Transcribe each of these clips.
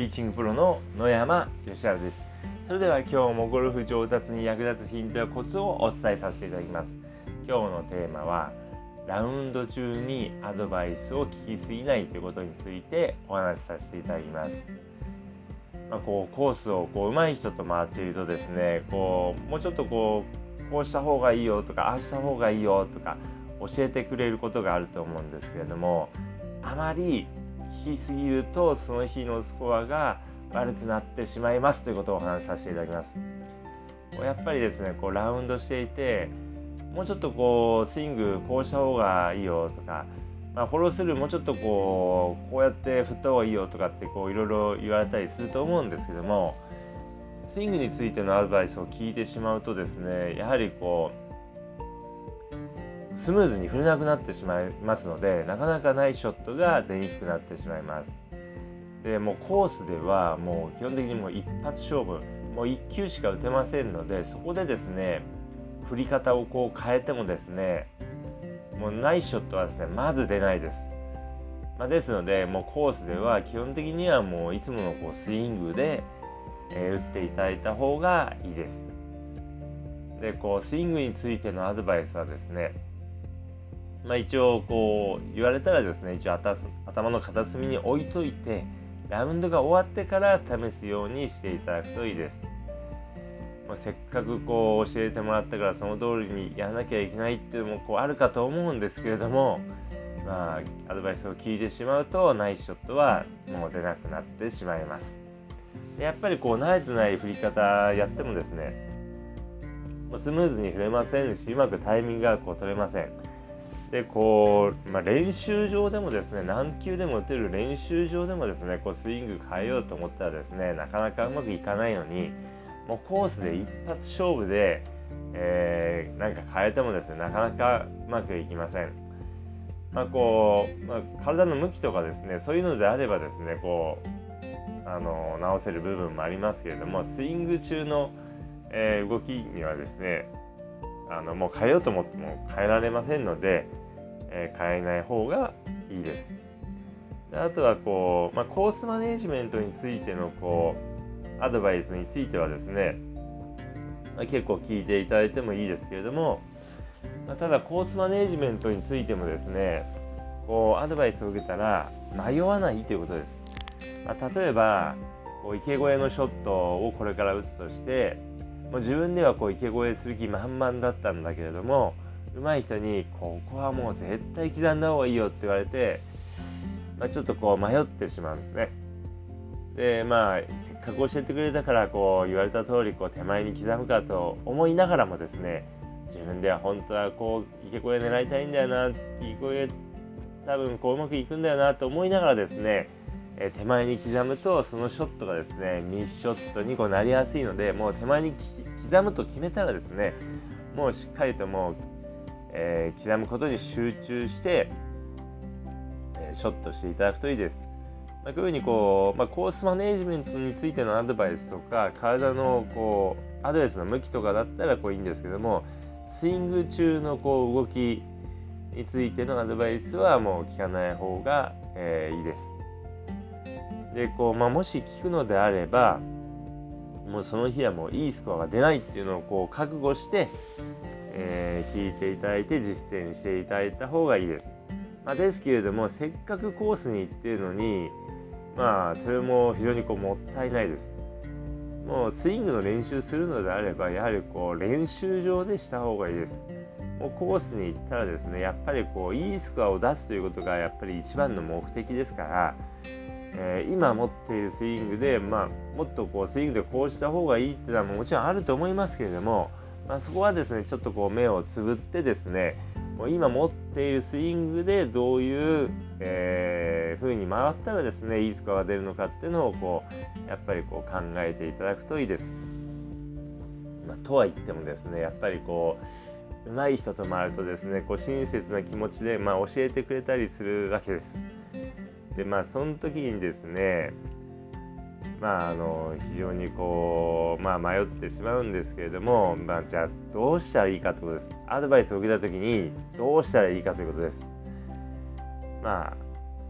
ーチングプロの野山義晴です。それでは今日もゴルフ上達に役立つヒントやコツをお伝えさせていただきます。今日のテーマはラウンド中にアドバイスを聞きすぎないということについてお話しさせていただきます。コースを上手い人と回っているとですね、もうちょっとこうした方がいいよとかああした方がいいよとか教えてくれることがあると思うんですけれども、あまり聞きすぎるとその日のスコアが悪くなってしまいますということをお話しさせていただきます。やっぱりですね、ラウンドしていてもうちょっとスイングこうした方がいいよとか、フォロースルーもうちょっとこうやって振った方がいいよとかっていろいろ言われたりすると思うんですけども、スイングについてのアドバイスを聞いてしまうとですね、やはりスムーズに振れなくなってしまいますので、なかなかナイスショットが出にくくなってしまいます。でもうコースではもう基本的にもう一発勝負、もう1球しか打てませんので、そこでですね振り方を変えてもですね、もうナイスショットはですねまず出ないです。ですのでもうコースでは基本的にはもういつものスイングで、打っていただいた方がいいです。でスイングについてのアドバイスはですね、一応言われたらですね、一応頭の片隅に置いといて、ラウンドが終わってから試すようにしていただくといいです。せっかく教えてもらったからその通りにやらなきゃいけないっていうのもあるかと思うんですけれども、アドバイスを聞いてしまうとナイスショットはもう出なくなってしまいます。でやっぱり慣れてない振り方やってもですね、スムーズに振れませんし、うまくタイミングが取れません。で練習場でもですね、何球でも打てる練習場でもですね、スイング変えようと思ったらですね、なかなかうまくいかないのに、もうコースで一発勝負で、なんか変えてもですね、なかなかうまくいきません。体の向きとかですね、そういうのであればですね、直せる部分もありますけれども、スイング中の、動きにはですね、もう変えようと思っても変えられませんので、変えない方がいいです。であとはコースマネージメントについてのアドバイスについてはですね、結構聞いていただいてもいいですけれども、ただコースマネージメントについてもですね、アドバイスを受けたら迷わないということです。例えば池越えのショットをこれから打つとして、もう自分では池越えする気満々だったんだけれども、上手い人にここはもう絶対刻んだ方がいいよって言われて、ちょっと迷ってしまうんですね。でせっかく教えてくれたから言われた通り手前に刻むかと思いながらもですね、自分では本当は池越え狙いたいんだよな、池越え多分うまくいくんだよなと思いながらですね、手前に刻むとそのショットがですねミスショットになりやすいので、もう手前に刻むと決めたらですね、もうしっかりと刻むことに集中して、ショットしていただくといいです。こういうふうにコースマネージメントについてのアドバイスとか、体のアドレスの向きとかだったらいいんですけども、スイング中の動きについてのアドバイスはもう聞かない方が、いいです。でもし聞くのであれば、もうその日はもういいスコアが出ないっていうのを覚悟して、聞いていただいて実践していただいた方がいいです。ですけれども、せっかくコースに行っているのにそれも非常にもったいないです。もうスイングの練習するのであれば、やはり練習場でした方がいいです。もうコースに行ったらですね、やっぱりいいスコアを出すということがやっぱり一番の目的ですから、今持っているスイングで、もっとスイングでこうした方がいいっていうのはもちろんあると思いますけれども、そこはですねちょっと目をつぶってですね、もう今持っているスイングでどういう、風に回ったらですねいいスコアが出るのかっていうのをやっぱり考えていただくといいです。とは言ってもですね、やっぱり上手い人と回るとですね、親切な気持ちで教えてくれたりするわけです。でその時にですね、非常に迷ってしまうんですけれども、じゃあどうしたらいいかということです。アドバイスを受けた時にどうしたらいいかということです。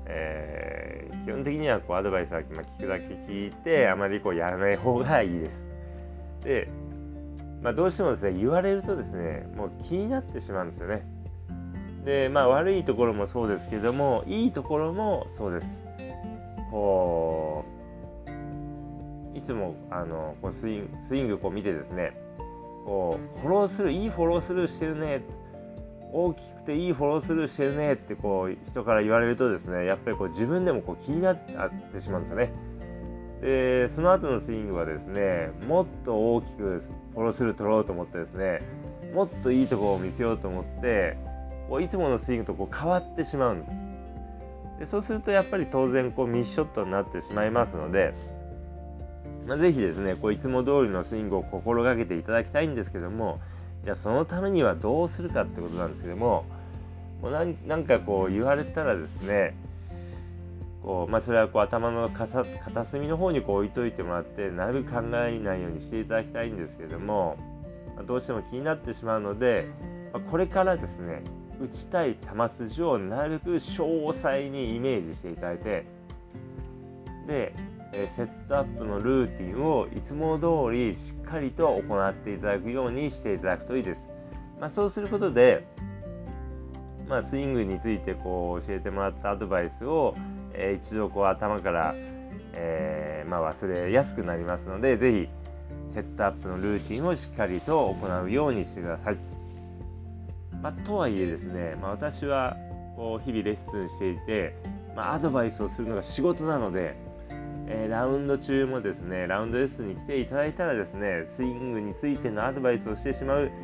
基本的にはこうアドバイスは聞くだけ聞いて、あまりこうやらない方がいいです。で、どうしてもですね、言われるとですね、もう気になってしまうんですよね。で、悪いところもそうですけども、いいところもそうです。こういつもこうスイングこう見てですね、こうフォロースルー、いいフォロースルーしてるね、大きくていいフォロースルーしてるねってこう人から言われるとですね、やっぱりこう自分でもこう気になってしまうんですよね。で、その後のスイングはですね、もっと大きくフォロースルー取ろうと思ってですね、もっといいところを見せようと思ってこういつものスイングとこう変わってしまうんです。で、そうするとやっぱり当然こうミスショットになってしまいますので、ぜひですね、こういつも通りのスイングを心がけていただきたいんですけども、じゃあそのためにはどうするかってことなんですけども、なんかこう言われたらですね、こうそれはこう頭の片隅の方にこう置いといてもらって、なるべく考えないようにしていただきたいんですけども、どうしても気になってしまうので、これからですね、打ちたい球筋をなるべく詳細にイメージしていただいて、でセットアップのルーティンをいつも通りしっかりと行っていただくようにしていただくといいです。そうすることで、スイングについてこう教えてもらったアドバイスを、一度こう頭から、忘れやすくなりますので、ぜひセットアップのルーティンをしっかりと行うようにしてください。とはいえですね、私はこう日々レッスンしていて、アドバイスをするのが仕事なので、ラウンド中もですね、ラウンドレッスンに来ていただいたらですね、スイングについてのアドバイスをしてしまう、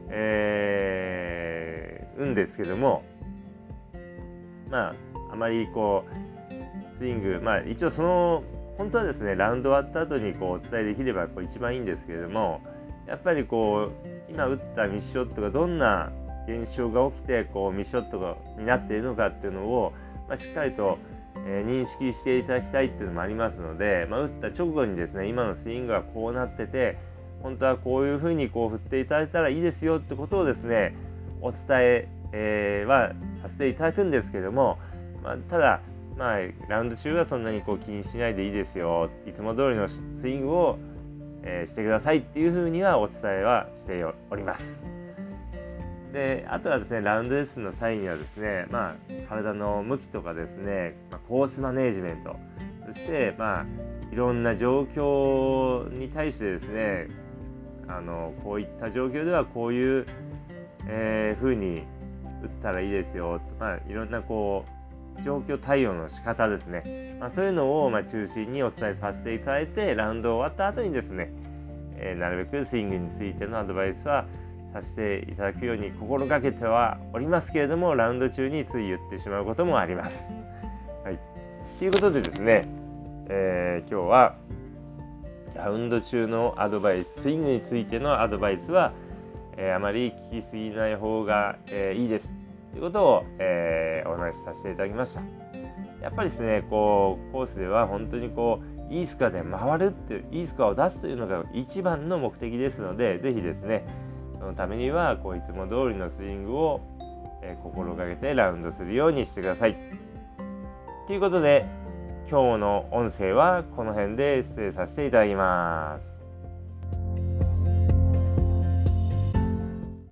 んですけども、あまりこうスイング、一応その本当はですね、ラウンド終わった後にこうお伝えできればこう一番いいんですけれども、やっぱりこう今打ったミスショットがどんな現象が起きてこうミスショットになっているのかっていうのを、しっかりと認識していただきたいっていうのもありますので、打った直後にですね、今のスイングがこうなってて、本当はこういうふうにこう振っていただいたらいいですよってことをですね、お伝え、はさせていただくんですけども、ただラウンド中はそんなにこう気にしないでいいですよ、いつも通りのスイングを、してくださいっていうふうにはお伝えはしております。で、あとはですね、ラウンドレッスンの際にはですね、体の向きとかですね、コースマネージメント、そしていろんな状況に対してですね、こういった状況ではこういう、風に打ったらいいですよと、いろんなこう状況対応の仕方ですね、そういうのを中心にお伝えさせていただいて、ラウンド終わった後にですね、なるべくスイングについてのアドバイスはさせていただくように心がけてはおりますけれども、ラウンド中につい言ってしまうこともあります。はい、ということでですね、今日はラウンド中のアドバイス、スイングについてのアドバイスは、あまり聞きすぎない方が、いいですということを、お話しさせていただきました。やっぱりですね、こうコースでは本当にこういいスコアで回るっていう、いいスコアを出すというのが一番の目的ですので、ぜひですね、そのためにはこういつも通りのスイングを、心がけてラウンドするようにしてください。ということで、今日の音声はこの辺で失礼させていただきます。